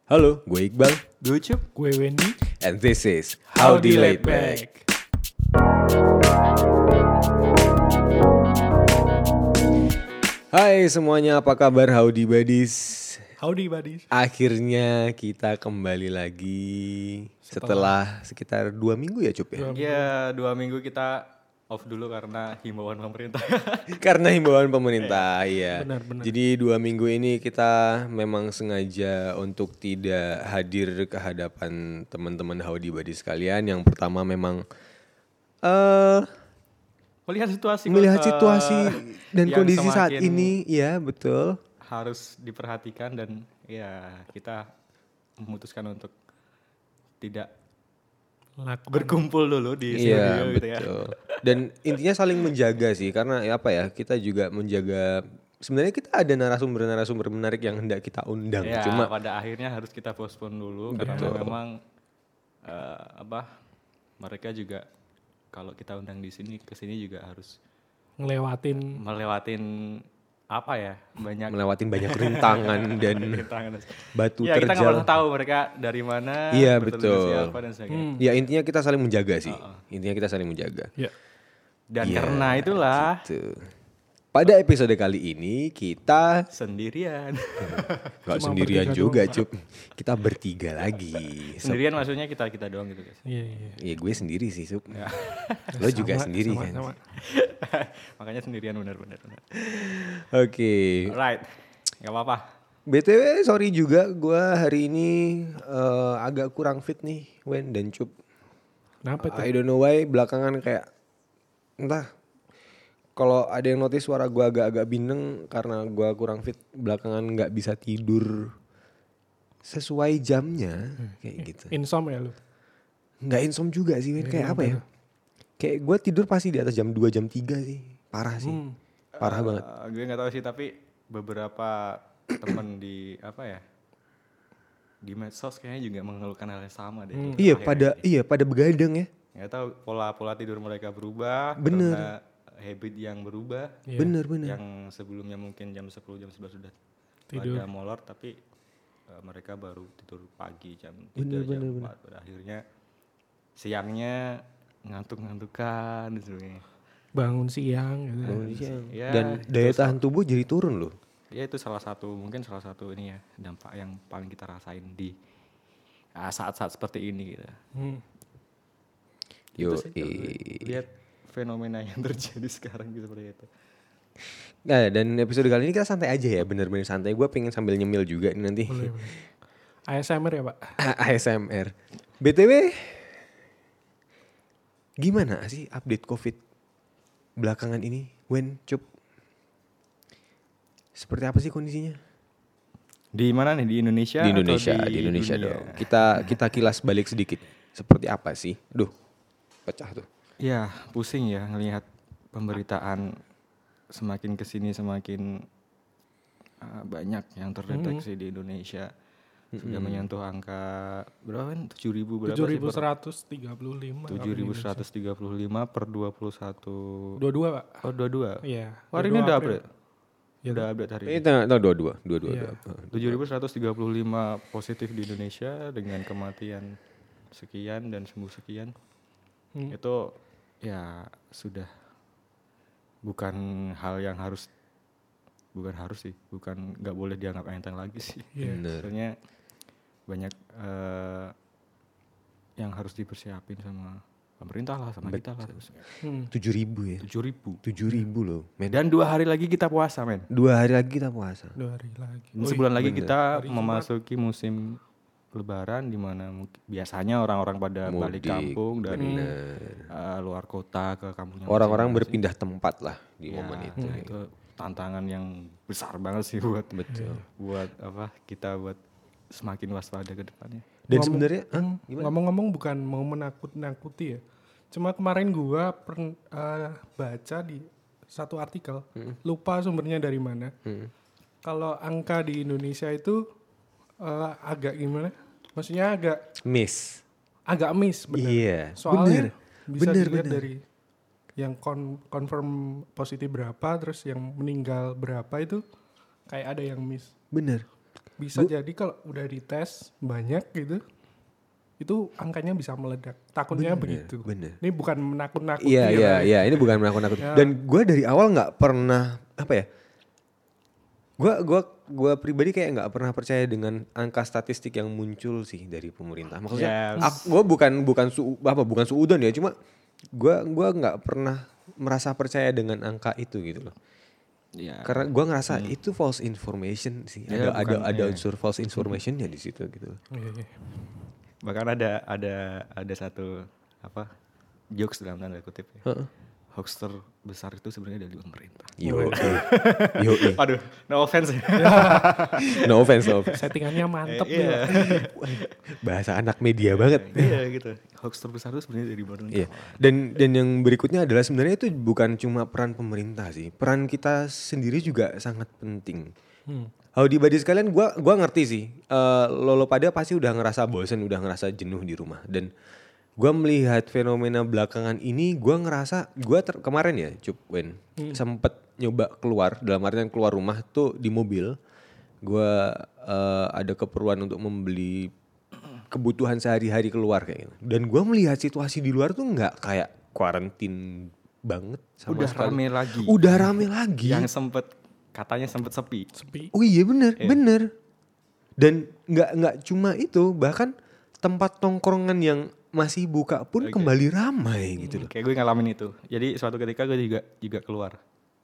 Halo, gue Iqbal, Gue Cup. Gue Wendy. and this is Howdy Laid Back. Hai semuanya, apa kabar Howdy Buddies? Howdy buddies. Akhirnya kita kembali lagi setelah sekitar 2 minggu ya Cup ya? Ya 2 minggu kita off dulu karena himbauan pemerintah. Karena himbauan pemerintah, iya. Benar. Jadi 2 minggu ini kita memang sengaja untuk tidak hadir ke hadapan teman-teman Howdy Buddies sekalian. Yang pertama memang Melihat situasi dan yang kondisi saat semakin ini, ya betul. harus diperhatikan dan ya kita memutuskan untuk tidak berkumpul dulu di studio Iya gitu ya. betul. Dan intinya saling menjaga sih, karena apa ya, kita juga menjaga. Sebenarnya kita ada narasumber menarik yang hendak kita undang. Ya, Cuma pada akhirnya harus kita postpone dulu karena memang mereka juga kalau kita undang di sini ke sini juga harus melewatin apa ya, melewatin banyak rintangan dan rintangan. batu Ya kita nggak terjal. pernah tahu mereka dari mana, Iya, bertugas betul. siapa dan sebagainya. Ya intinya kita saling menjaga sih. Intinya kita saling menjaga. Ya. Dan Iya, karena itulah Gitu. Pada episode kali ini kita sendirian. nggak Cuma sendirian bertiga juga, Cup. Kita bertiga lagi. Sendirian maksudnya kita doang gitu guys. Iya. Ya gue sendiri sih, Sup. Ya. Lo juga sendiri kan. Sama. Makanya sendirian benar. Oke. Alright, nggak apa-apa. BTW sorry juga gue hari ini agak kurang fit nih, Wen dan Cup. Kenapa tuh? I don't know why belakangan kayak entah. Kalau ada yang notice suara gue agak-agak bindeng karena gue kurang fit, belakangan nggak bisa tidur sesuai jamnya kayak gitu. Insom ya lu? Nggak insom juga sih, Wen. Kayak apa ya? Kayak gue tidur pasti di atas jam 2, jam 3 sih. Parah sih. Parah banget. Gue nggak tahu sih tapi beberapa temen di di medsos kayaknya juga mengeluhkan hal yang sama deh. Pada begadang ya. Nggak tahu pola tidur mereka berubah. Bener. Karena habit yang berubah. Iya. Bener. Yang sebelumnya mungkin jam 10, jam 11 sudah Tidur. pada molor tapi mereka baru tidur pagi jam 3, jam 4. Pada akhirnya siangnya ngantuk-ngantukan dan sebagainya. Bangun siang gitu. Ya, Dan daya tahan tubuh jadi turun loh. Ya itu salah satu ini ya dampak yang paling kita rasain di saat-saat seperti ini gitu. Yo, Itu sih, kalau lihat fenomena yang terjadi sekarang gitu seperti itu. Nah, dan episode kali ini kita santai aja ya, bener-bener santai. Gue pengen sambil nyemil juga nih nanti. Boleh. ASMR ya Pak? ASMR. BTW, gimana sih update COVID belakangan ini, Wen, Cup? Seperti apa sih kondisinya? Di mana nih, di Indonesia? Di atau Indonesia dunia? dong. Kita kilas balik sedikit. Seperti apa sih? Duh, pecah tuh. Ya pusing ya ngelihat pemberitaan semakin kesini semakin banyak yang terdeteksi di Indonesia. Sudah menyentuh angka berapa kan? 7.000 berapa sih? 7.135. 7.135 per 21. 22 Pak? Oh 22? Iya. Hari ini udah April. update? Udah update hari Ini ini? tanggal 22. Iya. 7.135 positif di Indonesia dengan kematian sekian dan sembuh sekian. Itu ya sudah bukan hal yang bukan nggak boleh dianggap enteng lagi sih. Iya. Sebenarnya banyak yang harus dipersiapin sama pemerintah lah, sama kita lah. 7.000 ya. 7.000. 7.000 loh, men. Dan 2 hari lagi kita puasa, men. 2 hari lagi kita puasa. 2 hari lagi. Sebulan lagi bener. kita memasuki musim Lebaran di mana biasanya orang-orang pada balik Mudik, kampung dari luar kota ke kampungnya. Orang-orang masing-masing. berpindah tempat lah di Ya, momen itu. itu tantangan yang besar banget sih buat kita buat semakin waspada ke depannya. Dan sebenarnya Ngomong-ngomong bukan mau menakut-nakuti ya. Cuma kemarin gua baca di satu artikel, lupa sumbernya dari mana. Kalau angka di Indonesia itu agak gimana? Maksudnya agak miss. bener. Iya, Soalnya bisa bener. dilihat dari yang confirm positif berapa, terus yang meninggal berapa itu kayak ada yang miss. Bener. Bisa jadi kalau udah dites banyak gitu, itu angkanya bisa meledak. Takutnya begitu. bener. Ini bukan menakut-nakuti. Iya, ini bukan menakut-nakuti. Dan gue dari awal nggak pernah apa ya? Gue pribadi kayak nggak pernah percaya dengan angka statistik yang muncul sih dari pemerintah. Maksudnya, gue bukan suudon ya, cuma gue nggak pernah merasa percaya dengan angka itu gitu loh. Ya. Karena gue ngerasa itu false information sih. Ya, Ada unsur false informationnya di situ gitu. Iya. Bahkan ada satu jokes dalam tanda kutip ya. Hoax terbesar itu sebenarnya dari pemerintah. Yo. Aduh, no offense. No offense. Settingannya mantep Iya. Bahasa anak media banget. Iya gitu. Hoax terbesar itu sebenarnya dari pemerintah. Iya. Dan yang berikutnya adalah sebenarnya itu bukan cuma peran pemerintah sih. Peran kita sendiri juga sangat penting. Audibody sekalian, gua ngerti sih. Lo pada pasti udah ngerasa bosen, udah ngerasa jenuh di rumah. Dan gue melihat fenomena belakangan ini, gue ngerasa kemarin ya Wen sempet nyoba keluar, dalam artian keluar rumah tuh di mobil. Gue ada keperluan untuk membeli kebutuhan sehari-hari keluar kayak gitu. Dan gue melihat situasi di luar tuh nggak kayak kuarantin banget sama Udah sekali. Udah rame lagi. Yang katanya sempet sepi. Oh iya bener. Dan nggak cuma itu, bahkan tempat tongkrongan yang masih buka pun kembali ramai gitu loh. Kayak gue ngalamin itu. Jadi suatu ketika gue juga keluar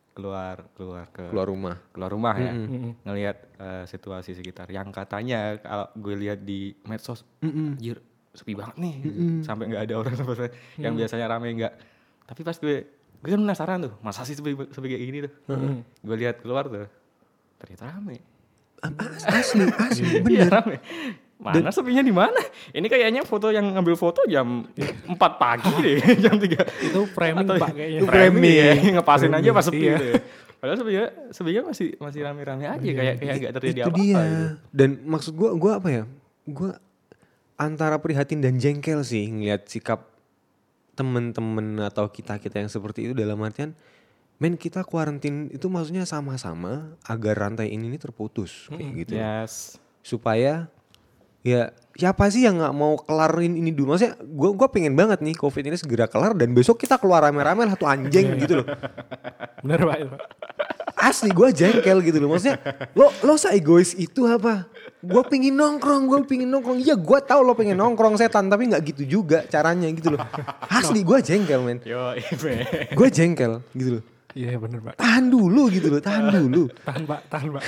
rumah ya. Ngelihat situasi sekitar yang katanya kalau gue lihat di medsos, anjir sepi banget nih. Sampai enggak ada orang yang biasanya ramai enggak. Tapi pas gue kan penasaran tuh, masa sih sepi kayak gini tuh. Gue lihat keluar tuh, ternyata ramai. Asli bener. Iya, rame. Mana sepinya di mana? Ini kayaknya foto yang ngambil foto jam 4 pagi deh, jam 3. Itu framing Pak kayaknya. Framing ya, ngepasin aja pas sepi gitu ya. Padahal sepinya masih rame-rame aja, kayak enggak terjadi apa-apa gitu. Dan maksud gue apa ya? Gue antara prihatin dan jengkel sih ngeliat sikap temen-temen atau kita yang seperti itu, dalam artian kita kuarantin itu maksudnya sama-sama agar rantai ini terputus kayak gitu. Yes. Supaya ya siapa sih yang nggak mau kelarin ini dulu? Maksudnya gue pengen banget nih COVID ini segera kelar dan besok kita keluar rame-rame lah tuh anjing gitu loh. Bener Pak. Asli gue jengkel gitu loh. Maksudnya lo se-egois itu apa? Gue pengen nongkrong. Iya gue tahu lo pengen nongkrong setan, tapi nggak gitu juga caranya gitu loh. Asli gue jengkel men. Gue jengkel gitu loh. Iya bener Pak. Tahan dulu gitu loh, tahan Pak.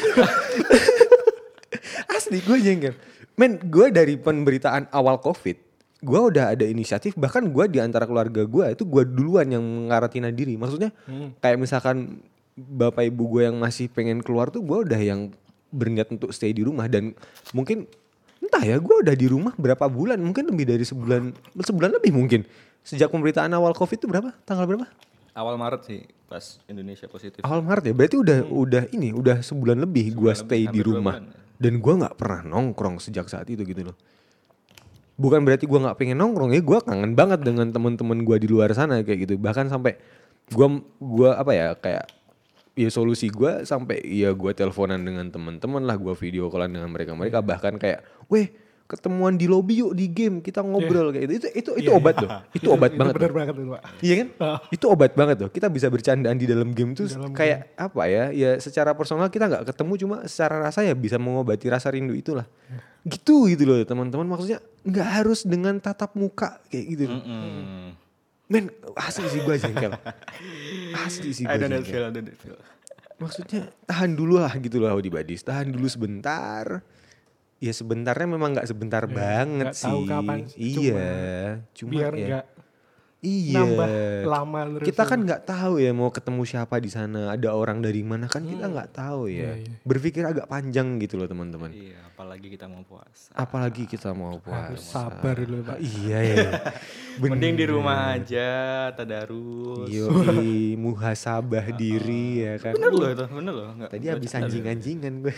Asli gue jengkel. Gue dari pemberitaan awal COVID, gue udah ada inisiatif. Bahkan gue di antara keluarga gue itu gue duluan yang mengarantina diri. Maksudnya kayak misalkan bapak ibu gue yang masih pengen keluar tuh, gue udah yang berniat untuk stay di rumah. Dan mungkin entah ya, gue udah di rumah berapa bulan, mungkin lebih dari sebulan lebih mungkin. Sejak pemberitaan awal COVID itu berapa? Tanggal berapa? Awal Maret sih pas Indonesia positif. Awal Maret ya, berarti udah sebulan lebih gue stay di rumah. Dan gue nggak pernah nongkrong sejak saat itu gitu loh. Bukan berarti gue nggak pengen nongkrong ya, gue kangen banget dengan teman-teman gue di luar sana kayak gitu. Bahkan sampai gue apa ya, kayak ya solusi gue sampai ya gue teleponan dengan teman-teman lah, gue video callan dengan mereka. Bahkan kayak, ketemuan di lobby yuk di game kita ngobrol kayak gitu. Itu obat loh. Itu obat banget. Bener banget tuh Pak. Iya kan? Itu obat banget loh. Kita bisa bercandaan di dalam game tuh kayak apa ya? Ya secara personal kita nggak ketemu, cuma secara rasa ya bisa mengobati rasa rindu itulah. Gitu loh teman-teman. Maksudnya nggak harus dengan tatap muka kayak gitu. Asli sih gue jengkel. I don't feel. Maksudnya tahan dulu lah gitu loh Audibody. Tahan dulu sebentar. Ya sebentarnya memang gak sebentar banget gak sih. Tahu kapan. Cuma biar ya. Gak nambah lama terus. Kita kan gak tahu ya mau ketemu siapa di sana, ada orang dari mana kan kita gak tahu ya. Berpikir agak panjang gitu loh teman-teman. Iya, apalagi kita mau puasa. Harus sabar dulu Pak. Iya ya. Mending di rumah aja, tadarus. Yoi, muhasabah diri ya kan. Bener loh itu, bener loh. Tadi habis anjing-anjingan gue.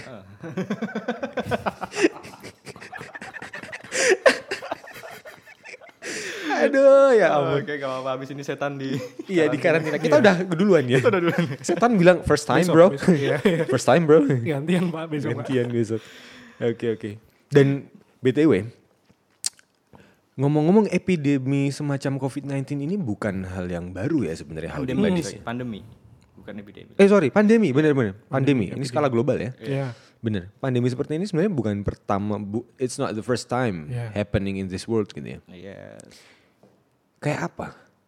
Aduh ya ampun. Oke, gak apa-apa, abis ini setan di... Iya di karantina. Kita udah duluan ya. Setan bilang first time Besok, bro. besok, iya. First time bro. Gantian Pak besok Pak. Gantian besok. Oke. Dan BTW, ngomong-ngomong epidemi semacam COVID-19 ini bukan hal yang baru ya sebenarnya, hal medis. Pandemi, bukan epidemi. Pandemi, benar-benar. Pandemi. Ini skala global ya. Iya. Bener. Pandemi seperti ini sebenarnya bukan pertama, it's not the first time happening in this world gitu ya. Yes. Kayak apa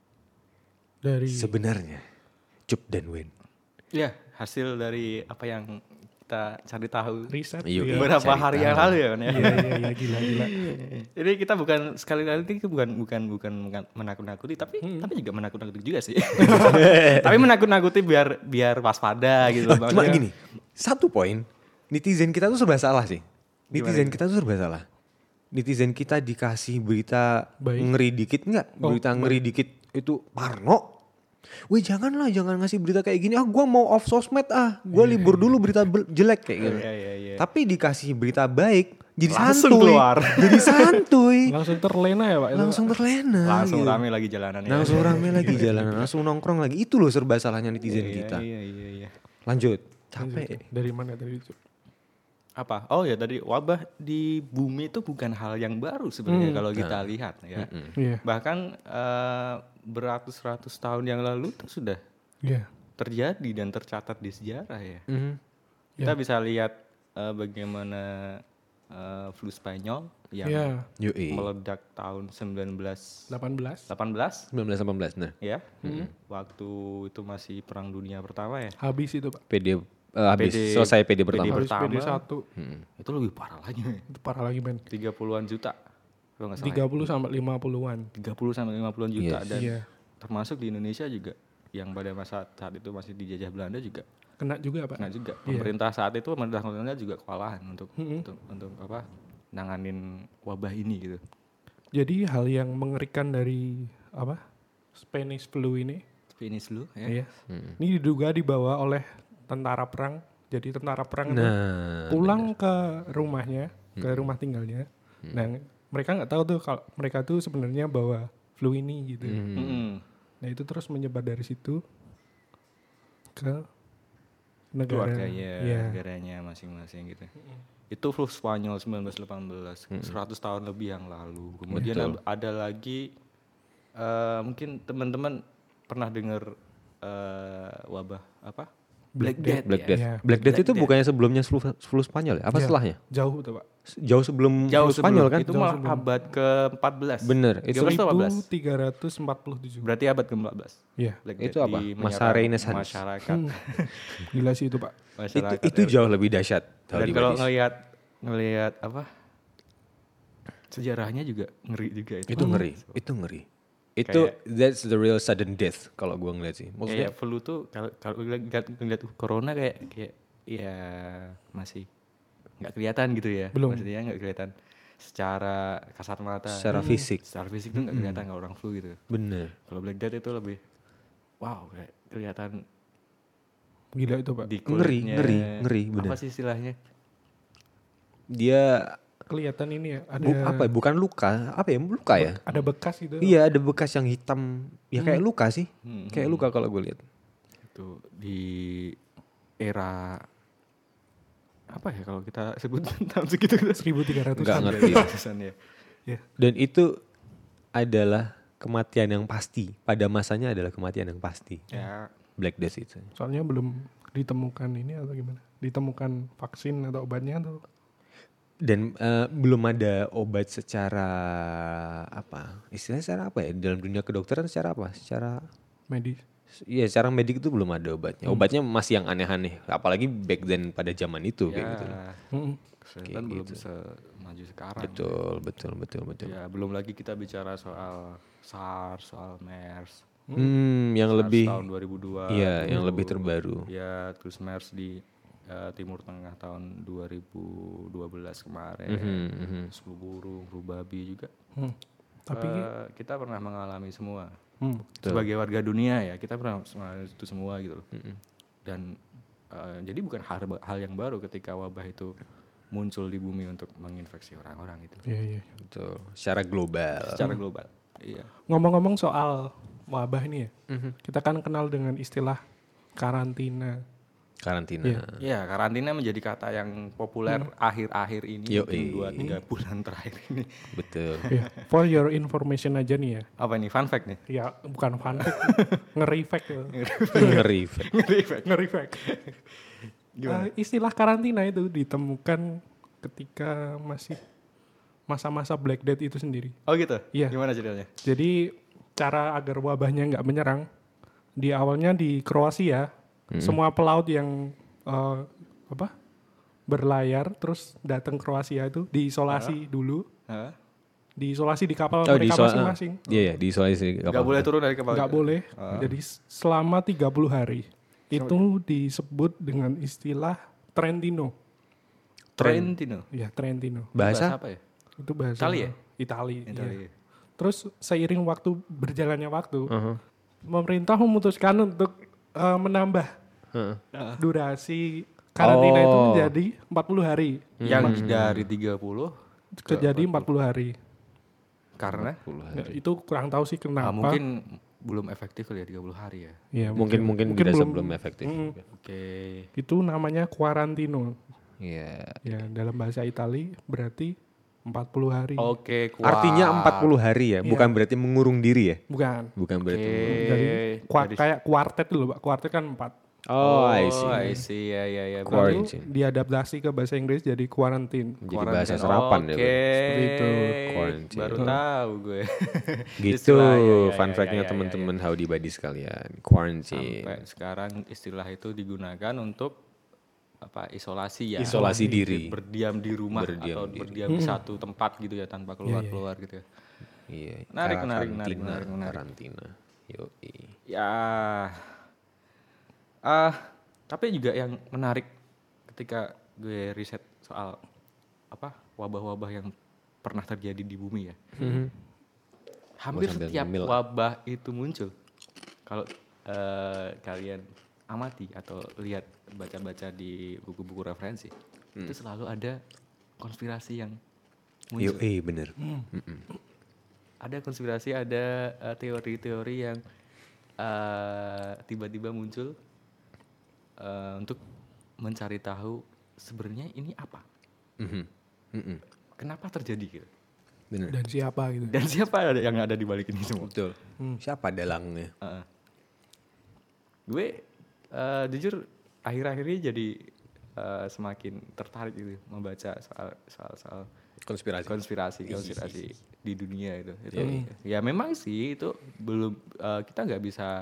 Dari sebenarnya Cup dan Wen? Ya, hasil dari apa yang kita cari tahu riset Yuk, ya. beberapa cari hari tahu. yang lalu ya kan ya. Iya gila. Jadi kita bukan sekali lagi bukan menakut-nakuti tapi juga menakut-nakuti juga sih. Tapi menakut-nakuti biar waspada gitu loh. Cuma Maksudnya, gini, satu poin, netizen kita tuh serba salah sih. Netizen kita tuh serba salah. Netizen kita dikasih berita Baik. ngeri dikit enggak? Berita ngeri dikit itu parno. Weh jangan ngasih berita kayak gini. Gua mau off sosmed Gua libur dulu berita jelek kayak gitu. Iya. Tapi dikasih berita baik jadi Langsung santuy. keluar. Jadi santuy. Langsung terlena ya Pak. itu? Langsung terlena. langsung gitu. rame lagi jalanan ya. Langsung rame lagi jalanan, langsung nongkrong lagi. Itu loh serba salahnya netizen kita. Iya. Lanjut. Capek. Dari mana tadi itu? Apa? Oh ya tadi wabah di bumi itu bukan hal yang baru sebenarnya kalau kita lihat ya. Iya. Bahkan beratus-ratus tahun yang lalu itu sudah Iya. terjadi dan tercatat di sejarah ya. Mhm. Kita bisa lihat bagaimana flu Spanyol yang Iya. Yoi. meledak tahun 18. 1918 1918 nah. ya. Waktu itu masih Perang Dunia Pertama ya. Habis itu Pak. Habis selesai PD pertama. Habis Pertama. PD 1. Itu lebih parah lagi. Itu parah lagi men. 30-an juta. Kalau nggak salah. 30 sampai 50-an. 30 sampai 50-an juta Yes. dan Iya. termasuk di Indonesia juga yang pada masa saat itu masih dijajah Belanda juga Kena juga Pak. kena juga. Pemerintah saat itu pemerintah juga kewalahan untuk apa? Nanganin wabah ini gitu. Jadi hal yang mengerikan dari apa? Spanish flu ini. Finish dulu ya. Iya. Ini diduga dibawa oleh tentara perang. Jadi tentara perang itu Nah, pulang ke rumahnya, ke rumah tinggalnya. Nah, mereka nggak tahu tuh kalau mereka tuh sebenarnya bawa flu ini gitu. Mm-mm. Nah, itu terus menyebar dari situ ke negara. Keluarganya, Iya. negaranya masing-masing gitu. Itu flu Spanyol 1918, 100 tahun lebih yang lalu. Kemudian ada lagi mungkin teman-teman pernah dengar wabah apa? Black Death. Black ya? Death. Iya. Black Death itu bukannya sebelumnya flu Spanyol ya? Apa Iya. setelahnya? Jauh tuh, Pak. Jauh sebelum Jauh flu Spanyol kan? itu malah abad ke-14. Bener. Itu 13-14. 1347. Berarti abad ke-14. Iya. Black Itu Death apa? di Masa menyerang Renaissance. masyarakat. Gila sih itu, Pak. masyarakat itu jauh lebih dahsyat. Dan kalau ngelihat apa? Sejarahnya juga ngeri juga itu. Itu ngeri. Itu that's the real sudden death kalau gua ngeliat sih. Maksudnya Kayak flu tuh kalau ngeliat corona kayak ya masih nggak kelihatan gitu ya. Belum. Maksudnya nggak kelihatan secara kasat mata. secara fisik. Secara fisik tuh nggak kelihatan kalau orang flu gitu. Bener. Kalau Black Death itu lebih wow kayak kelihatan Gila itu, Pak. di kulitnya. Ngeri, bener. Apa sih istilahnya? Dia Kelihatan ini ya, ada bukan luka, apa ya? Luka ya? ada bekas gitu. Iya, ada bekas yang hitam. Ya kayak luka sih. Kayak luka kalau gue lihat. Itu di era apa ya kalau kita sebut tahun segitu 1300. Nggak ngerti. ya. Ya. Dan itu adalah kematian yang pasti. Pada masanya adalah kematian yang pasti. Ya, Black Death itu. Soalnya belum ditemukan ini atau gimana? Ditemukan vaksin atau obatnya atau Dan belum ada obat secara apa? Istilahnya secara apa ya? Dalam dunia kedokteran secara apa? Secara medis. iya, secara medik itu belum ada obatnya. Obatnya masih yang aneh-aneh. Apalagi back then pada zaman itu kayak gitu loh. kesehatan Kayak belum gitu. semaju sekarang. Betul. Ya, belum lagi kita bicara soal SARS, soal MERS. Yang SARS lebih tahun 2002. iya, yang lebih terbaru. Ya, terus MERS di Timur Tengah tahun 2012 kemarin. Flu burung, flu babi juga. Tapi kita pernah mengalami semua. Betul. Sebagai warga dunia ya, kita pernah mengalami itu semua gitu loh. Dan jadi bukan hal yang baru ketika wabah itu muncul di bumi untuk menginfeksi orang-orang itu. iya. Betul. Secara global. Secara global. Iya. Ngomong-ngomong soal wabah ini ya. Kita kan kenal dengan istilah karantina Karantina. Ya, karantina menjadi kata yang populer akhir-akhir ini, mungkin 2-3 bulan terakhir ini. Betul. Ya, for your information aja nih ya. Apa nih, fun fact nih? Ya, bukan fun fact. Ngeri fact. Ya. Ngeri. Ngeri fact. Istilah karantina itu ditemukan ketika masih masa-masa Black Death itu sendiri. Oh gitu? Iya. Gimana ceritanya? Jadi cara agar wabahnya nggak menyerang, di awalnya di Kroasia, semua pelaut yang berlayar terus datang Kroasia itu diisolasi dulu, Hah? diisolasi di kapal mereka masing-masing. Iya, diisolasi kapal. Gak boleh turun dari kapal? Nggak boleh. Jadi selama 30 hari itu disebut dengan istilah Trentino. Trentino? Ya, Trentino. Bahasa? apa ya? Itu bahasa Italia ya? Italia. Italia. Iya. Terus seiring berjalannya waktu, pemerintah memutuskan untuk menambah durasi karantina itu menjadi 40 hari. Yang dari 30 Jadi 40 hari. karena Ya, itu kurang tahu sih kenapa. mungkin belum efektif kali ya 30 hari ya. Ya, Mungkin dirasa belum efektif. Oke. itu namanya quarantino. Iya. Ya, dalam bahasa Itali berarti 40 hari. Oke, Artinya 40 hari ya, bukan berarti mengurung diri ya. Bukan. Bukan berarti. Jadi kayak kuartet dulu, Pak. Kuartet kan 4. Oh, I I see. see. Ya. Lalu Quarantine. diadaptasi ke bahasa Inggris jadi quarantine. Jadi bahasa serapan ya. Oke. Seperti itu. Quarantine. Baru tahu gue. Gitu, Istilah, fun ya, fact-nya ya, teman-teman howdy buddy sekalian. Quarantine. Sampai sekarang istilah itu digunakan untuk isolasi ya. Isolasi diri. Berdiam di rumah atau berdiam di satu tempat gitu ya tanpa keluar gitu ya. Iya. Menarik. Karantina. Yoi. Ya. Tapi juga yang menarik ketika gue riset soal wabah-wabah yang pernah terjadi di bumi ya. Hampir Sambil setiap ngemil. wabah itu muncul. Kalau kalian amati atau lihat baca-baca di buku-buku referensi, itu selalu ada konspirasi yang muncul. Yoi, bener. Ada konspirasi, ada teori-teori yang tiba-tiba muncul untuk mencari tahu sebenarnya ini apa, kenapa terjadi gitu, Bener. Dan siapa gitu. dan siapa yang ada di balik ini semua. Betul. Siapa dalangnya? Gue jujur akhir-akhir ini jadi semakin tertarik gitu membaca soal konspirasi di dunia itu. Ya memang sih itu belum kita nggak bisa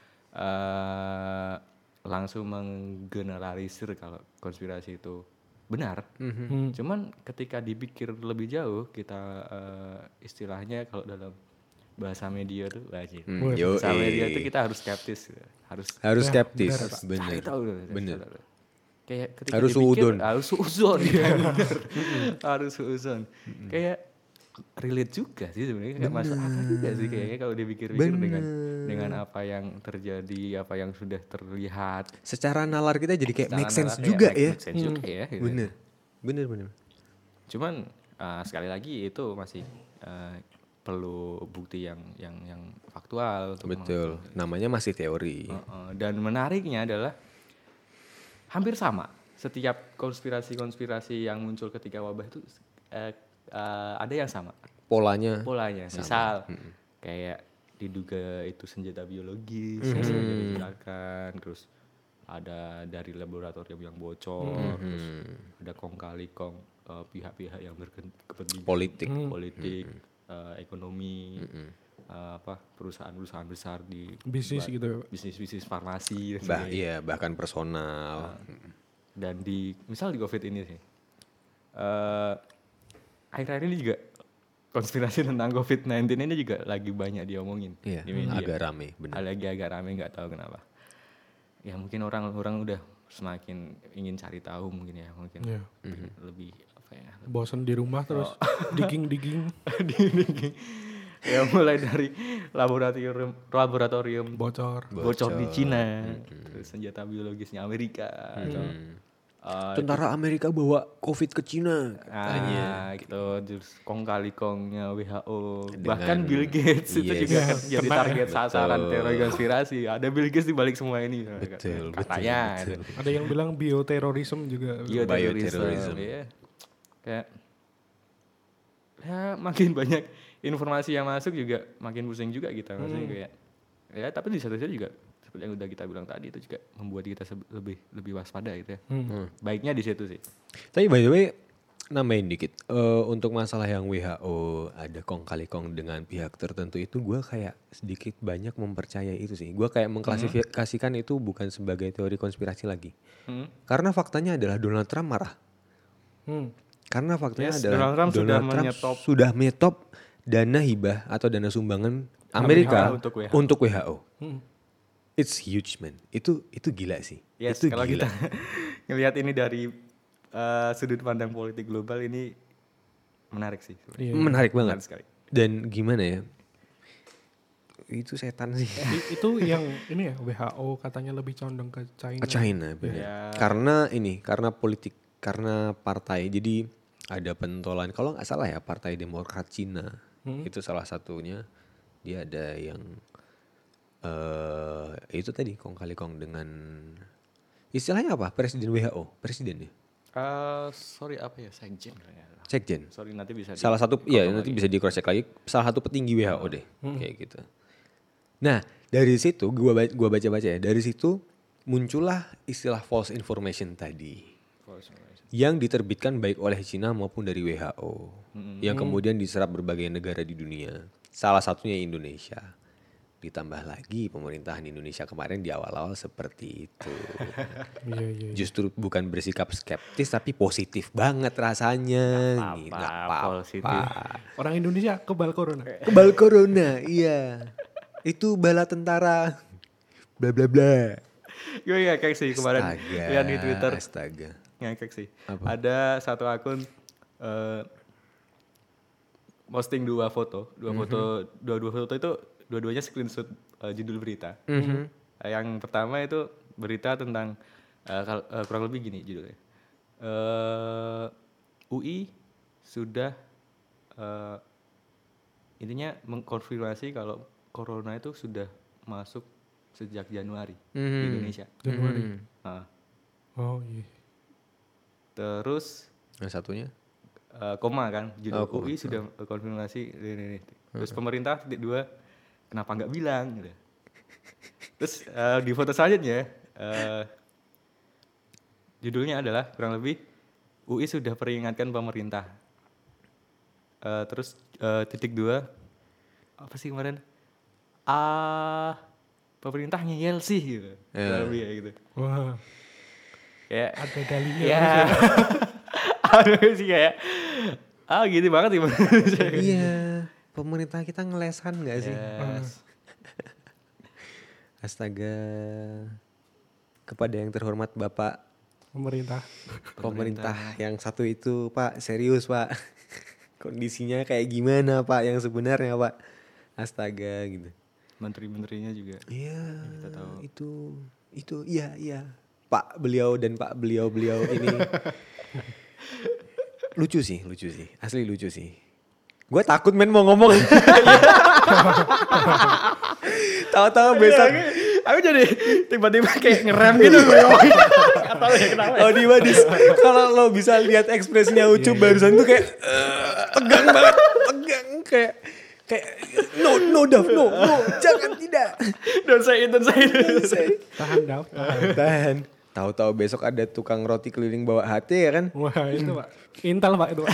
langsung menggeneralisir kalau konspirasi itu benar. Cuman ketika dipikir lebih jauh kita istilahnya kalau dalam bahasa media tuh bahasa media itu kita harus skeptis, Harus skeptis. cari Bener. tahu dulu. Bener. Kayak ketika Harus dipikir, suudon. harus suuzon. Ya, bener. Harus suuzon. Kayak relate juga sih sebenarnya, kayak masuk akal juga sih kayaknya kalau dipikir-pikir dengan apa yang terjadi, apa yang sudah terlihat. Secara nalar kita jadi kayak Secara make sense nalar juga kayak ya. make sense juga ya, gitu. Bener. Cuman sekali lagi itu masih perlu bukti yang faktual untuk Betul. Namanya masih teori. dan menariknya adalah hampir sama setiap konspirasi yang muncul ketika wabah itu ada yang sama Polanya. Misal kayak diduga itu senjata biologis yang sengaja digunakan, terus ada dari laboratorium yang bocor, terus ada kong kali pihak-pihak yang berkepentingan Politik. ekonomi, perusahaan-perusahaan besar di Bisnis gitu. bisnis farmasi dan sebagainya. Bahkan personal. Dan misal di COVID ini sih, akhir-akhir ini juga konspirasi tentang COVID-19 ini juga lagi banyak diomongin Iya, di media. agak rame, benar. Lagi agak rame, nggak tahu kenapa. Ya mungkin orang udah semakin ingin cari tahu mungkin ya, mungkin Iya. lebih apa ya? Bosan di rumah terus digging. Ya mulai dari laboratorium Bocor. bocor di Cina, terus senjata biologisnya Amerika, atau Tentara Amerika bawa COVID ke Cina. gitu, terus kong kali kongnya WHO, bahkan Bill Gates itu juga jadi target sasaran teori konspirasi. Ada Bill Gates di balik semua ini, katanya. betul. Ada yang bilang bioterorisme juga. Bioterorisme, ya. Kayak ya makin banyak informasi yang masuk juga makin pusing juga kita, maksudnya kayak ya, tapi di satu sisi juga seperti yang udah kita bilang tadi, itu juga membuat kita lebih waspada gitu ya. Baiknya di situ sih. Tapi by the way, nambahin dikit. Untuk masalah yang WHO ada kong kali kong dengan pihak tertentu itu, gue kayak sedikit banyak mempercayai itu sih. Gue kayak mengklasifikasikan itu bukan sebagai teori konspirasi lagi. Karena faktanya adalah Donald Trump marah. Karena faktanya adalah Donald Trump sudah menyetop dana hibah atau dana sumbangan Amerika untuk WHO. It's huge, man. Itu gila sih. Yes, itu kalau gila. kita ngelihat ini dari sudut pandang politik global, ini menarik sih. Menarik banget. Sekali. Dan gimana ya? Itu setan sih. Itu yang ini ya, WHO katanya lebih condong ke China. Ke China, benar. Karena politik, karena partai. Jadi ada pentolan. Kalau nggak salah ya, Partai Demokrat Cina itu salah satunya. Dia ada yang itu tadi kong kali kong dengan istilahnya apa? Presiden WHO, presiden ya? Sorry apa ya, Sekjen. Sorry, nanti bisa salah satu nanti bisa di cross check lagi. Salah satu petinggi WHO deh, kayak gitu. Nah dari situ gua baca ya, dari situ muncullah istilah false information tadi, yang diterbitkan baik oleh Cina maupun dari WHO, yang kemudian diserap berbagai negara di dunia. Salah satunya Indonesia. Ditambah lagi pemerintahan Indonesia kemarin di awal-awal seperti itu. Justru bukan bersikap skeptis tapi positif banget rasanya. Nggak apa-apa. Orang Indonesia kebal corona. Kebal corona, iya. Itu bala tentara. Bla bla bla. Gue ngekek sih kemarin lihat di Twitter. Astaga. Ngekek sih. Apa? Ada satu akun posting dua foto itu dua-duanya screenshot judul berita. Yang pertama itu berita tentang kurang lebih gini judulnya. UI sudah intinya mengkonfirmasi kalau corona itu sudah masuk sejak Januari di Indonesia. Januari. Oh iya. Terus yang satunya? Koma kan, judul UI sudah konfirmasi ini. Terus pemerintah dua, kenapa nggak bilang gitu. Terus di foto selanjutnya judulnya adalah kurang lebih UI sudah peringatkan pemerintah. Terus titik 2 apa sih kemarin? Pemerintah ngeyel sih gitu. Kurang lebih ya gitu. Wah. Kayak ada dalilnya. Ya. Aduh sih kayak gitu banget gimana. Iya. Pemerintah kita ngelesan gak sih? Yes. Astaga. Kepada yang terhormat Bapak Pemerintah yang satu itu, Pak, serius Pak. Kondisinya kayak gimana Pak yang sebenarnya Pak? Astaga gitu. Menteri-menterinya juga. Iya. Kita tahu. Itu iya. Pak beliau ini lucu sih. Asli lucu sih. Gue takut men mau ngomong. Tahu-tahu besok Aku jadi tiba-tiba kayak ngerem gitu. Gak tahu ya kenapa. Oh di Wadis, kalau lo bisa lihat ekspresinya Ucup barusan tuh kayak tegang banget, kayak no Dav, no, jangan tidak. Don't say it. Tahan. Tahu-tahu besok ada tukang roti keliling bawa HT ya kan? Wah itu Pak, Intel Pak itu Pak.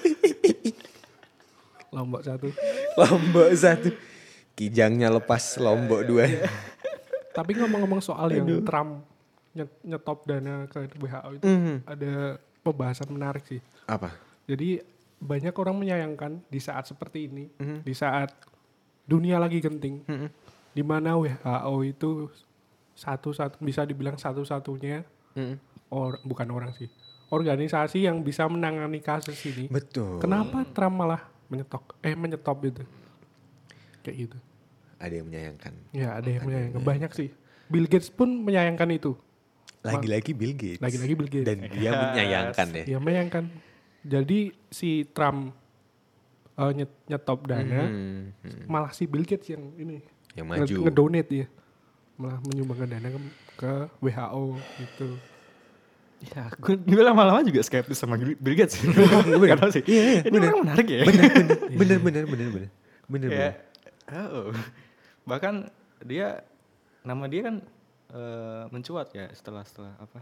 Lombok satu. Kijangnya lepas Lombok 2. Tapi ngomong-ngomong soal yang Trump nyetop dana ke WHO itu ada pembahasan menarik sih. Apa? Jadi banyak orang menyayangkan di saat seperti ini, di saat dunia lagi genting, di mana WHO itu bisa dibilang satu-satunya bukan orang sih, organisasi yang bisa menangani kasus ini. Betul. Kenapa Trump malah menyetop itu? Kayak gitu. Ada yang menyayangkan. Ya ada yang menyayangkan. Banyak sih. Bill Gates pun menyayangkan itu. Lagi-lagi Bill Gates. Lagi-lagi Bill Gates. Dan dia menyayangkan ya. Ya menyayangkan. Jadi si Trump nyetop dana, malah si Bill Gates yang ini Yang maju. ngedonate dia, malah menyumbangkan dana ke WHO gitu. Ya, gue lama-lama juga skeptis sama Bill Gates. Gak tau sih. Iya, Ini orang menarik ya. Bener. Ya, bahkan nama dia kan mencuat ya setelah apa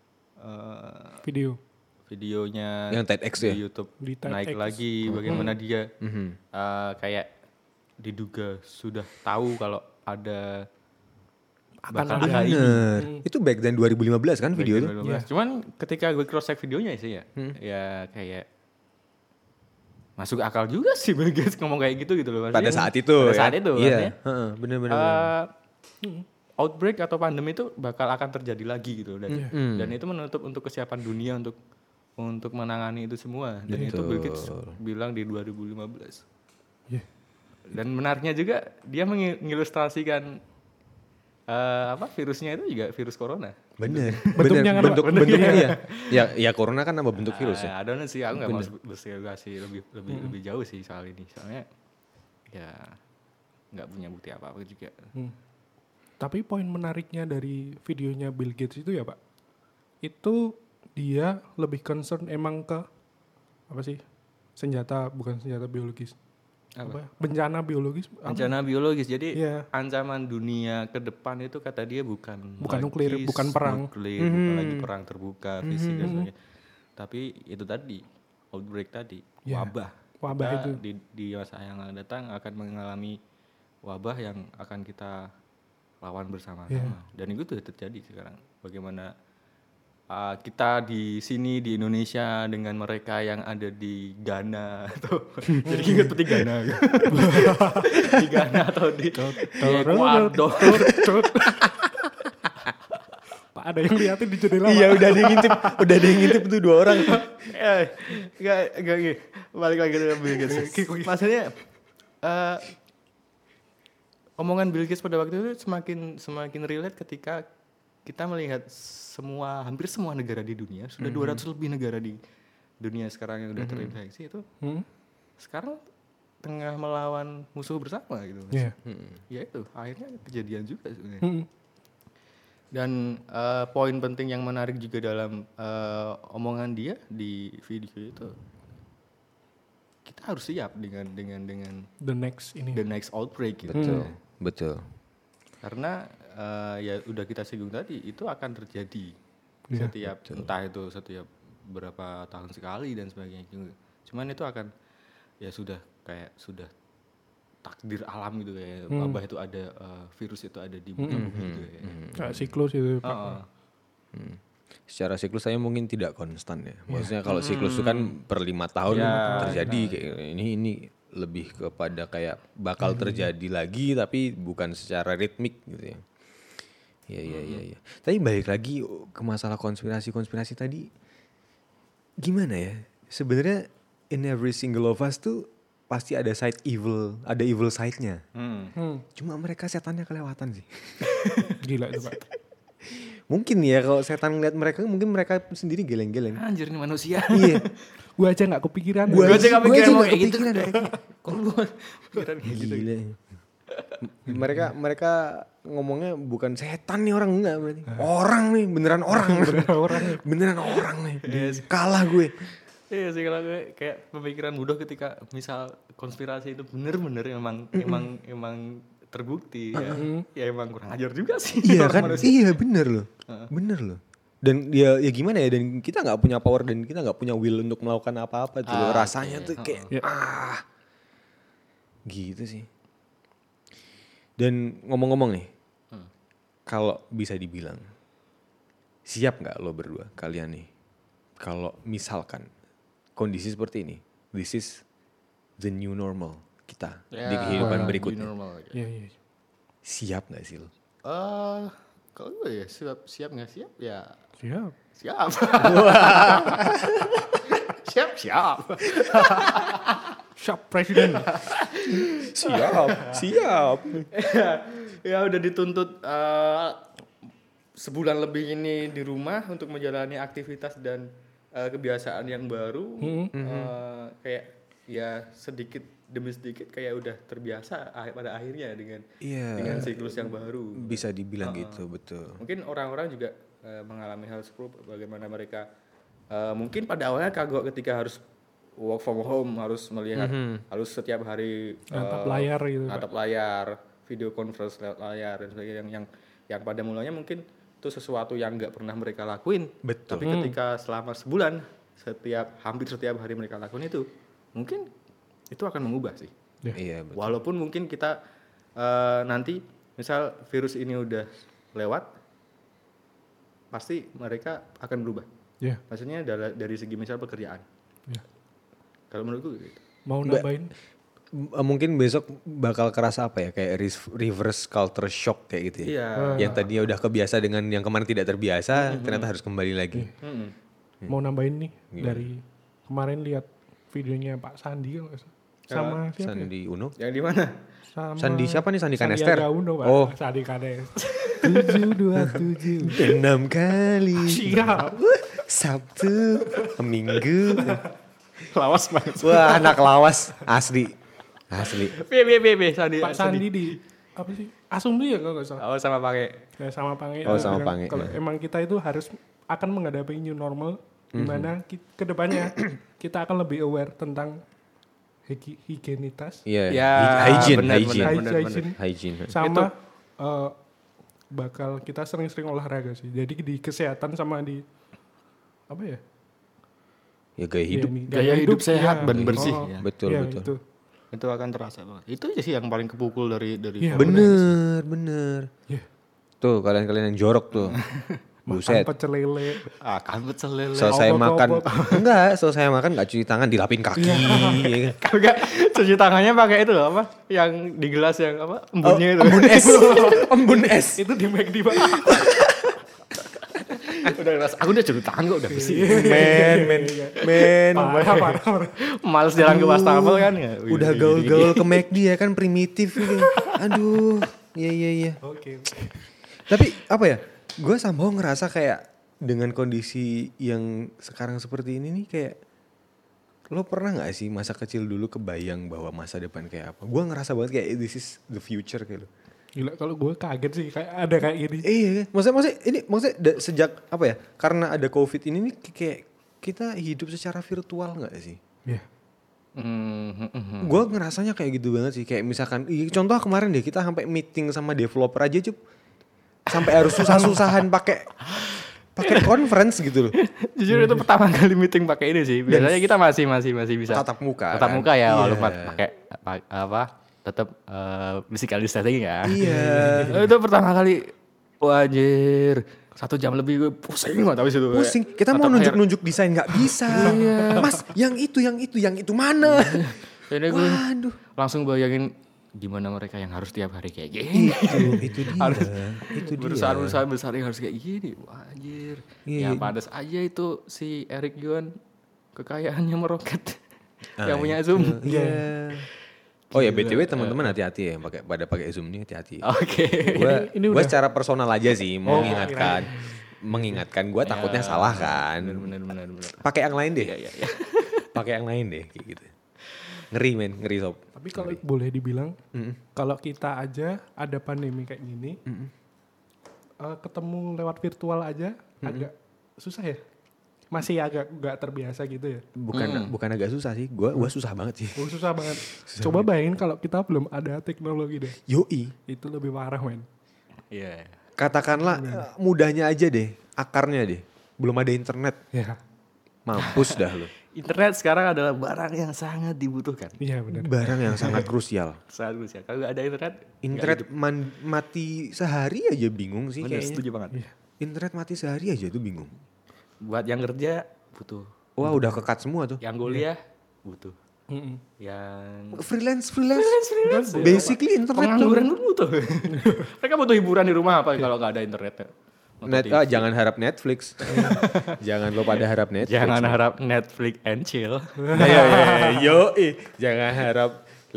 videonya yang TEDx di ya? YouTube Di TEDx. naik lagi bagaimana dia kayak diduga sudah tahu kalau ada bakal ada ini. Bener. Itu back then 2015 kan video itu? 2015. Cuman ketika gue cross check videonya sih ya, ya kayak masuk akal juga sih Bill Gates ngomong kayak gitu loh. Pada saat itu. Pada saat itu. Iya. Bener. Outbreak atau pandemi itu bakal akan terjadi lagi gitu dan itu menutup untuk kesiapan dunia untuk menangani itu semua dan itu Bill Gates bilang di 2015. Yeah. Dan menariknya juga dia mengilustrasikan virusnya itu juga virus corona. Bener. Bentuknya kan, Bentuknya iya. Ya corona kan nama bentuk virus ya. Ada sih aku nggak mau berspekulasi lebih jauh sih soal ini. Soalnya ya nggak punya bukti apa juga. Tapi poin menariknya dari videonya Bill Gates itu ya Pak, itu dia lebih concern emang ke apa sih, bukan senjata biologis, apa? Bencana biologis. Bencana biologis, jadi Iya. ancaman dunia ke depan itu kata dia bukan nuklir, bukan perang, bukan lagi perang terbuka fisik dan sebagainya, tapi itu tadi outbreak tadi, wabah Kita itu di masa yang akan datang akan mengalami wabah yang akan kita lawan bersama-sama. Dan itu sudah terjadi sekarang. Bagaimana kita di sini di Indonesia dengan mereka yang ada di Ghana atau jadi ingat peti Ghana. Di Ghana atau di Ecuador. Pak ada yang liatin di jendela. Iya, udah ada yang ngintip tuh 2 orang. Enggak. Balik lagi ke Bill Gates. Maksudnya omongan Bill Gates pada waktu itu semakin relate ketika kita melihat hampir semua negara di dunia, sudah 200 lebih negara di dunia sekarang yang udah terinfeksi itu sekarang tengah melawan musuh bersama gitu. Ya itu akhirnya kejadian juga sebenarnya. Dan poin penting yang menarik juga dalam omongan dia di video itu, kita harus siap dengan the next outbreak gitu. Betul. Karena ya udah kita singgung tadi, itu akan terjadi setiap berapa tahun sekali dan sebagainya. Cuman itu akan sudah takdir alam gitu kayak wabah itu ada, virus itu ada di bumi gitu ya. Kayak siklus itu. Secara siklus saya mungkin tidak konstan ya. Maksudnya kalau siklus itu kan per 5 tahun terjadi kayak ini lebih kepada kayak bakal terjadi lagi tapi bukan secara ritmik gitu ya. Iya. Tapi balik lagi ke masalah konspirasi tadi, gimana ya? Sebenarnya in every single of us tuh pasti ada side evil, ada evil side-nya. Cuma mereka setannya kelewatan sih. Gila itu Pak. Mungkin ya kalau setan ngeliat mereka, mungkin mereka sendiri geleng-geleng. Anjir ini manusia. Iya. Gue aja gak kepikiran. Gue aja gak kepikiran kayak gitu. Kok lu pikiran kayak gitu. Gila. Mereka ngomongnya bukan setan nih orang, enggak berarti. Orang nih, beneran orang. Beneran orang nih. Kalah gue. Iya sih kalau gue kayak pemikiran bodoh ketika misal konspirasi itu bener-bener emang terbukti ya emang kurang ajar juga sih. Iya kan? Iya bener loh. Bener loh. Dan ya gimana ya, dan kita gak punya power dan kita gak punya will untuk melakukan apa-apa tuh. Rasanya tuh kayak gitu sih. Dan ngomong-ngomong nih, kalau bisa dibilang, siap gak lo berdua kalian nih, kalau misalkan kondisi seperti ini, this is the new normal kita di kehidupan berikutnya. Iya. Siap gak sih lo? Kalau gue ya siap nggak siap ya Siap. Siap. Siap presiden. Siap. Ya udah dituntut sebulan lebih ini di rumah untuk menjalani aktivitas dan kebiasaan yang baru, kayak ya sedikit demi sedikit kayak udah terbiasa pada akhirnya dengan siklus yang baru. Bisa dibilang gitu, betul. Mungkin orang-orang juga mengalami hal seperti bagaimana mereka mungkin pada awalnya kagok ketika harus work from home, harus melihat, harus setiap hari Natap layar gitu, natap layar, video conference lewat layar dan sebagainya yang pada mulanya mungkin itu sesuatu yang nggak pernah mereka lakuin. Betul. Tapi ketika selama sebulan hampir setiap hari mereka lakuin itu, mungkin itu akan mengubah sih. Iya, betul. Walaupun mungkin kita nanti misal virus ini udah lewat, pasti mereka akan berubah. Ya. Maksudnya dari segi misal pekerjaan. Ya. Kalau menurutku gitu. Mau nambahin? Mungkin besok bakal kerasa apa ya, kayak reverse culture shock kayak gitu ya. Iya. Yang tadinya udah kebiasa dengan yang kemarin tidak terbiasa, ternyata harus kembali lagi. Mau nambahin nih dari kemarin lihat videonya Pak Sandi kan sama siapa? Sandi Uno. Yang di mana? Sama Sandi siapa nih? Sandi Kanester? Sandiaga Uno, Pak. Oh. Sandi Kanester. 727. 6 kali. Siap. Sabtu, Minggu. Lawas banget. Wah, anak lawas asli. Sandi. Pak Sandi di apa sih? Asumsi ya kalau nggak salah. Oh sama pakai. Ya, sama Pange. Oh, sama bilang Pange, kalau ya. emang kita itu harus akan menghadapi new normal di mana ke depannya kita akan lebih aware tentang higienitas Iya. Ya, Hygiene. benar. Hygiene. sama bakal kita sering-sering olahraga sih. Jadi di kesehatan sama di apa ya? Ya gaya hidup. Gaya hidup sehat ya. dan bersih. Oh, Ya. Betul, ya, betul. Itu akan terasa banget. Itu aja sih yang paling kepukul dari Iya. Bener. Ya. Tuh kalian yang jorok tuh. Buset. Pecel lele. kan pecel lele. Selesai Obot-obot. makan. Selesai makan gak cuci tangan, dilapin kaki. Ya kan? Kagak cuci tangannya pakai itu loh apa? Yang di gelas yang apa? Embunnya itu. Embun es. Itu di McD Pak. Udah ngerasa, aku udah cuci tangan kok udah bersih. Men. Parah. Males jalan ke wastafel kan ya. Udah gaul-gaul ke McD ya kan, primitif gitu. Aduh. Iya. Oke. Tapi apa ya? Gue somehow ngerasa kayak dengan kondisi yang sekarang seperti ini nih, kayak lo pernah gak sih masa kecil dulu kebayang bahwa masa depan kayak apa? Gue ngerasa banget kayak this is the future kayak lo. Gila, kalau gue kaget sih kayak ada kayak gini. Iya kan? Maksudnya sejak apa ya? Karena ada COVID ini nih kayak kita hidup secara virtual gak sih? Iya. Gue ngerasanya kayak gitu banget sih. Kayak misalkan, contoh kemarin deh kita sampai meeting sama developer aja Cup. Sampai harus susah-susahan pakai conference gitu loh. Jujur itu pertama kali meeting pakai ini sih. Biasanya kita masih bisa tatap muka. tatap muka ya, Iya. walaupun pakai apa? Tetap physical distancing ya. Iya. Itu pertama kali, wah anjir, 1 jam lebih gue pusing banget habis itu. Pusing. Kita mau nunjuk-nunjuk desain nggak bisa. Mas, yang itu mana? Jadi gue Waduh. langsung bayangin gimana mereka yang harus tiap hari kayak gini. Itu dia. Harus itu dia. Perusahaan-perusahaan besar yang harus kayak gini. Wah anjir. Iya. Ya pantas aja itu si Eric Yuan kekayaannya meroket. Yang punya Zoom. Iya. Oh ya BTW teman-teman hati-hati ya pakai Zoom ini, hati-hati. Oke. Ini Gue udah. secara personal aja sih mau mengingatkan gue takutnya salah kan. Benar. Pakai yang lain deh. Iya. Pakai yang lain deh kayak gitu. Ngeri sob. Tapi kalau boleh dibilang, kalau kita aja ada pandemi kayak gini, ketemu lewat virtual aja agak susah ya. Masih agak gak terbiasa gitu ya. Bukan agak susah sih. Gue susah banget sih. Oh, susah banget. Coba bayangin kalau kita belum ada teknologi deh. Yoi. Itu lebih parah men. Iya. Katakanlah mudahnya aja deh. Akarnya deh. Belum ada internet. Ya. Mampus dah lo. Internet sekarang adalah barang yang sangat dibutuhkan. Iya benar. Barang yang sangat krusial. Sangat krusial. Kalau nggak ada internet, Internet mati sehari aja bingung sih bener, kayaknya. setuju banget. Internet mati sehari aja tuh bingung. Buat yang kerja butuh. Wah udah kekat semua tuh. Yang kuliah butuh. Mm-mm. Yang Freelance. Basically Basically internet pengangguran tuh. pun butuh. Mereka butuh hiburan di rumah apa kalau nggak ada internet. Jangan harap Netflix. Jangan lo pada harap Netflix. Jangan harap Netflix and chill. Jangan harap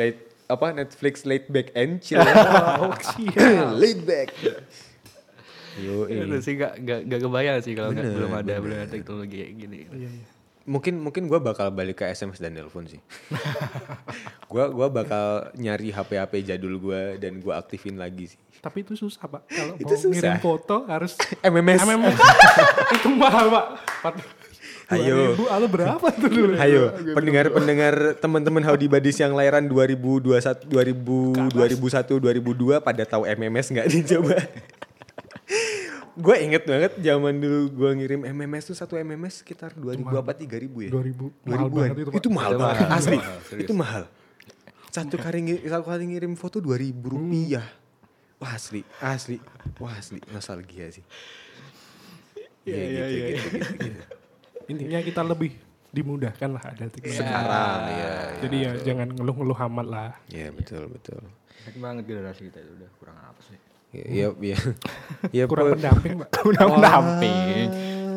Netflix late back and chill. Oh, siap. Late back. Itu sih gak kebayang sih kalau belum ada teknologi kayak gini. Iya. Mungkin gue bakal balik ke SMS dan nelpon sih. Gue bakal nyari HP jadul gue dan gue aktifin lagi sih. Tapi itu susah Pak. Kalau Itu mau susah. ngirim foto harus MMS. Itu mahal Pak. Ayo. 2.000 atau berapa tuh dulu? Ayo, pendengar teman-teman Howdy Buddies yang lahiran 2001, 2002 pada tahu MMS nggak dicoba? Gue inget banget zaman dulu gue ngirim MMS tuh satu MMS sekitar 2.000 apa 3.000 ya? 2.000. Mahal banget itu Pak. Itu mahal banget, asli. Serius. Itu mahal. Satu kali ngirim foto 2.000 rupiah. Wah asli. Wah asli, nostalgia sih. Iya. Intinya kita lebih dimudahkan lah ada teknologi. Sekarang ya. Jadi ya jangan ngeluh-ngeluh amat lah. Iya betul. Enak banget generasi kita itu udah kurang apa sih? Iya. Iya. Kurang pendamping Pak. Kurang pendamping.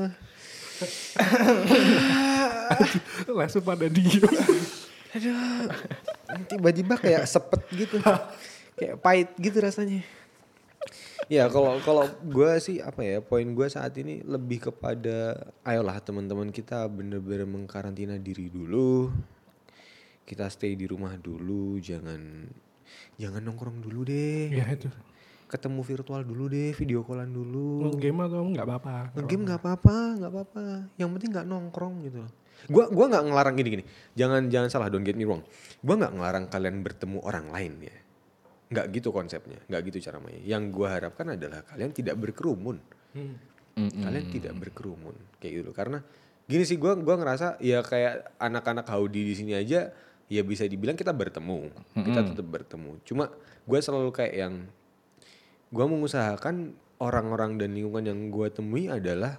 Langsung pada diem. Aduh, tiba-tiba kayak sepet gitu, kayak pahit gitu rasanya. Ya kalau gue sih apa ya, poin gue saat ini lebih kepada ayolah teman-teman kita bener-bener mengkarantina diri dulu, kita stay di rumah dulu, jangan nongkrong dulu deh, Ya itu. ketemu virtual dulu deh, video callan dulu. Game atau nggak apa-apa. Game nggak apa-apa. Yang penting nggak nongkrong gitu loh. Gua nggak ngelarang gini. Jangan salah, don't get me wrong. Gua nggak ngelarang kalian bertemu orang lain ya. Nggak gitu konsepnya, nggak gitu cara mainnya. Yang gua harapkan adalah kalian tidak berkerumun. Kalian tidak berkerumun kayak gitu. Karena gini sih, gua ngerasa ya kayak anak-anak Howdy di sini aja ya bisa dibilang kita bertemu, kita tetap bertemu. Cuma gua selalu kayak yang gue mengusahakan orang-orang dan lingkungan yang gue temui adalah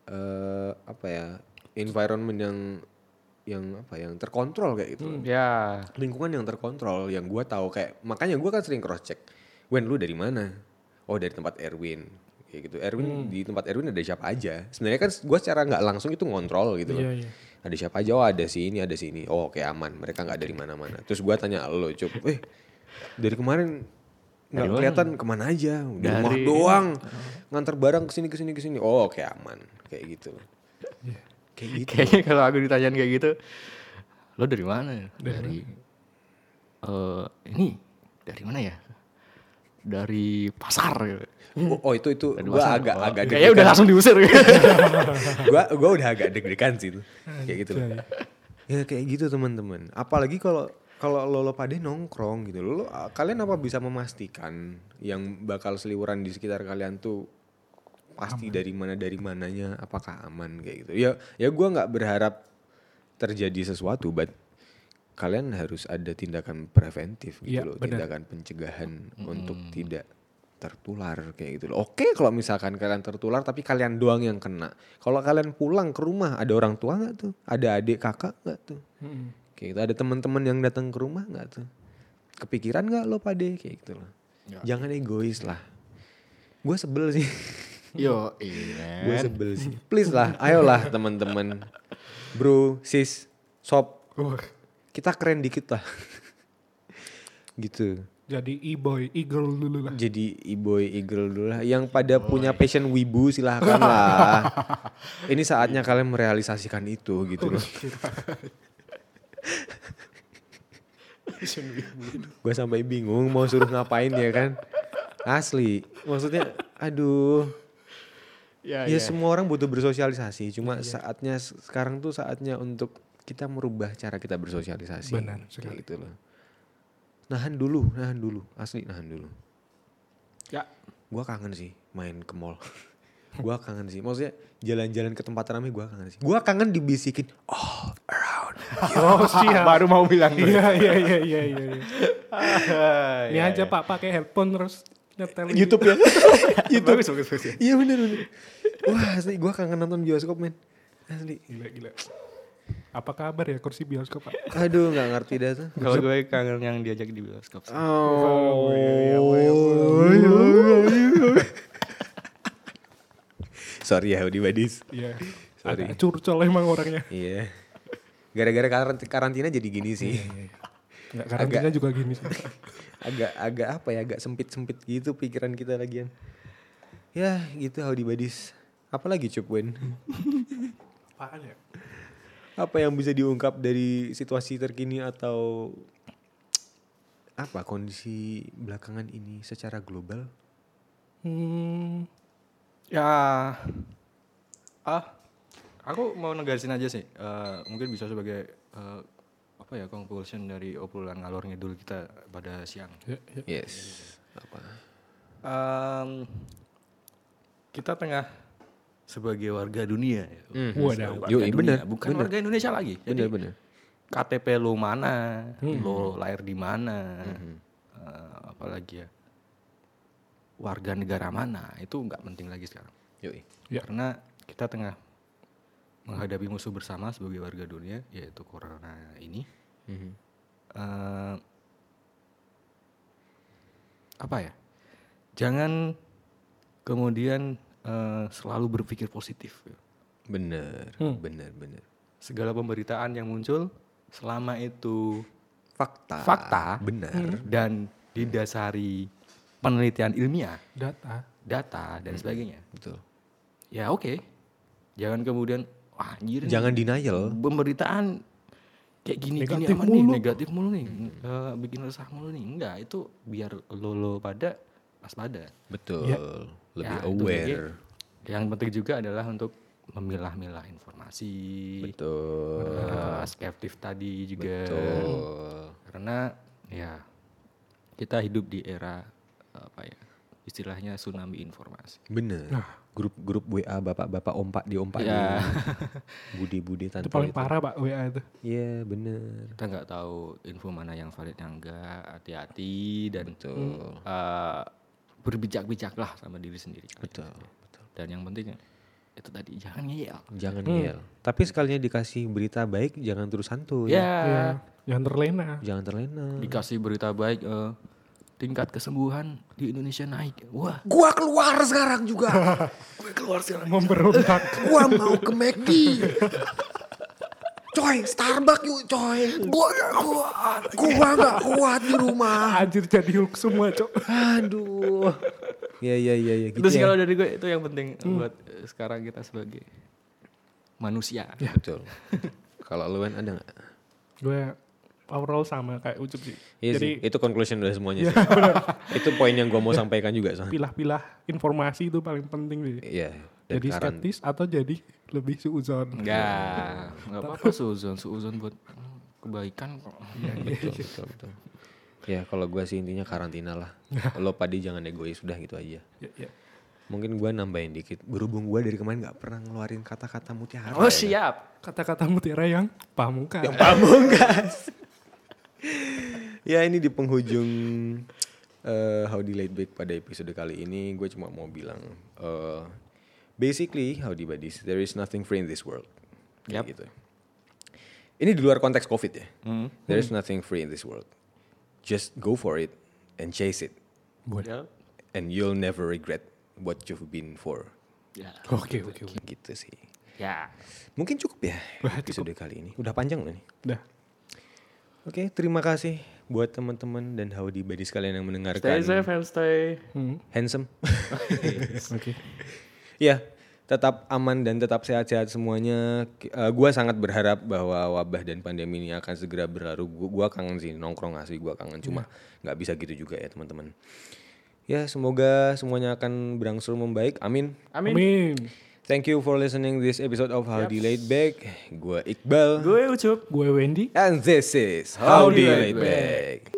environment yang terkontrol kayak gitu. Ya. Lingkungan yang terkontrol yang gue tahu kayak, makanya gue kan sering cross check. Wen, lu dari mana? Oh, dari tempat Erwin. Kayak gitu. Di tempat Erwin ada siapa aja. Sebenarnya kan gue secara nggak langsung itu ngontrol gitu loh. Iya. Ada siapa aja? Oh, ada si ini, ada si ini. Oh, oke, aman. Mereka nggak dari mana-mana. Terus gue tanya lo, Cup, dari kemarin nggak kelihatan kemana aja, di rumah doang, nganter barang kesini. Oh oke, aman, kayak gitu. Kayak gitu. Kayaknya kalau aku ditanyain kayak gitu, lo dari mana? Dari ini dari mana ya? Dari pasar. Oh itu gue agak kayaknya udah langsung diusir. Gue udah agak deg-degan sih itu, kayak gitu. Ya kayak gitu teman-teman. Apalagi kalau lo pada nongkrong gitu, kalian apa bisa memastikan yang bakal seliweran di sekitar kalian tuh pasti dari mananya, apakah aman kayak gitu. Ya gue nggak berharap terjadi sesuatu, but kalian harus ada tindakan preventif gitu loh, tindakan pencegahan untuk tidak tertular kayak gitu loh. Oke, kalau misalkan kalian tertular tapi kalian doang yang kena. Kalau kalian pulang ke rumah, ada orang tua nggak tuh? Ada adik kakak nggak tuh? Kayak gitu. Ada teman-teman yang datang ke rumah nggak tuh? Kepikiran nggak lo pade kayak gitu loh? Ya. Jangan egois lah. Gue sebel sih. Yo, iya. Gue sebel sih. Please lah, ayolah teman-teman, bro, sis, sob, kita keren dikit lah. Gitu. Jadi e-boy, e-girl dulu lah. Jadi e-boy, e-girl dulu lah. Yang pada punya passion wibu silahkan lah. Ini saatnya kalian merealisasikan itu gitu loh. Gue sampai bingung mau suruh ngapain ya kan. Asli. Maksudnya aduh. Ya semua orang butuh bersosialisasi. Cuma saatnya sekarang tuh saatnya untuk kita merubah cara kita bersosialisasi. Benar sekali. Gitu loh. Nahan dulu. Asli nahan dulu. Ya. Gue kangen sih main ke mall. Gue kangen sih. Maksudnya jalan-jalan ke tempat ramai gue kangen sih. Gue kangen dibisikin all around. Oh siap. Baru mau bilang. Iya. Ini aja Pak pakai headphone terus nyetel YouTube ya. YouTube. Bagus ya. Iya bener. Wah asli gue kangen nonton bioskop men. Asli. Gila. Apa kabar ya kursi bioskop Pak? Aduh gak ngerti dah tuh. Kalau gue kangen yang diajak di bioskop. Sorry ya Howdy Buddies. Iya. Sorry. Agak curcol emang orangnya. Iya. Gara-gara karantina jadi gini sih. Enggak karantina juga gini sih. Agak apa ya, agak sempit-sempit gitu pikiran kita lagian. Ya gitu Howdy Buddies. Apalagi Cup Wen? Apaan ya? Apa yang bisa diungkap dari situasi terkini atau apa kondisi belakangan ini secara global? Ya, aku mau negarisin aja sih. Mungkin bisa sebagai conclusion dari obrolan ngalor ngidul kita pada siang. Yes. Apa? Kita tengah sebagai warga dunia. Waduh. Warga Yoi, dunia, bener, bukan bener. warga Indonesia lagi. Jadi Bener-bener. KTP lo mana, lo lahir di mana, apalagi ya, warga negara mana, itu nggak penting lagi sekarang. Yoi. Ya. Karena kita tengah menghadapi musuh bersama sebagai warga dunia, yaitu corona ini. Apa ya? Jangan kemudian selalu berpikir positif. Bener. Segala pemberitaan yang muncul selama itu Fakta. Benar. dan didasari penelitian ilmiah, Data. dan sebagainya. Betul. Ya oke. Jangan kemudian wah anjir. Jangan denial. Pemberitaan kayak gini Negatif aman mulu. nih, negatif mulu nih. Bikin resah mulu nih. Enggak, itu biar lo pada waspada. Betul. Ya. Lebih Ya, itu aware. Yang penting juga adalah untuk memilah-milah informasi. Betul. Skeptif tadi juga. Betul. Karena ya kita hidup di era istilahnya tsunami informasi. Bener. Grup WA bapak-bapak ompak diompakin. Ya. Budi-budi Itu tanpa paling parah Pak WA itu. Iya bener. Kita nggak tahu info mana yang valid yang enggak, hati-hati dan Betul. berbijak-bijaklah sama diri sendiri. Betul. Dan yang penting itu tadi jangan ngeyel. Jangan ngeyel. Tapi sekalinya dikasih berita baik jangan terus santuy. Ya, Iya. Jangan terlena. Jangan terlena. dikasih berita baik tingkat kesembuhan di Indonesia naik. Wah, Gua keluar sekarang juga. gue keluar sekarang. Memberontak. Gua mau ke McD. Coy, Starbucks yuk coy. Gua gak kuat di rumah. Anjir jadi Hulk semua, Cok. Aduh. Ya gitu. Itu sih kalau dari gue itu yang penting buat sekarang kita sebagai manusia. Betul. Kalau lu ada enggak? Gue overall sama kayak Ucup sih. Iya Jadi sih, itu conclusion dari semuanya sih. Itu poin yang gua mau sampaikan juga. pilah-pilah informasi itu paling penting sih. Iya. Dan Jadi skeptis atau jadi lebih suuzon. Enggak apa-apa suuzon buat kebaikan kok. Betul. Ya kalau gua sih intinya karantina lah. Lo padi jangan egois, udah gitu aja. Ya. Mungkin gua nambahin dikit. Berhubung gua dari kemarin gak pernah ngeluarin kata-kata mutiara. Oh ya kan? siap. Kata-kata mutiara yang pamungkas. Pamungkas. Ya ini di penghujung Howdy Late Back pada episode kali ini gue cuma mau bilang basically Howdy Buddies, there is nothing free in this world. Kayak gitu. Ini di luar konteks COVID ya. There is nothing free in this world. Just go for it and chase it. Ya. And you'll never regret what you've been for. Ya. Oke. Gitu sih. Ya. Mungkin cukup ya episode kali ini. Udah panjang loh nih. Udah. Oke, terima kasih buat teman-teman dan Howdy Buddies kalian yang mendengarkan. Stay safe and stay. Handsome. Oke. Ya, tetap aman dan tetap sehat-sehat semuanya. Gua sangat berharap bahwa wabah dan pandemi ini akan segera berlalu. Gua kangen sih nongkrong asli, gua kangen. Cuma nggak bisa gitu juga ya teman-teman. Ya, semoga semuanya akan berangsur membaik. Amin. Amin. Thank you for listening this episode of Howdy Late Back. Gua Iqbal. Gue Ucup. Gue Wendy. And this is Howdy Late Back.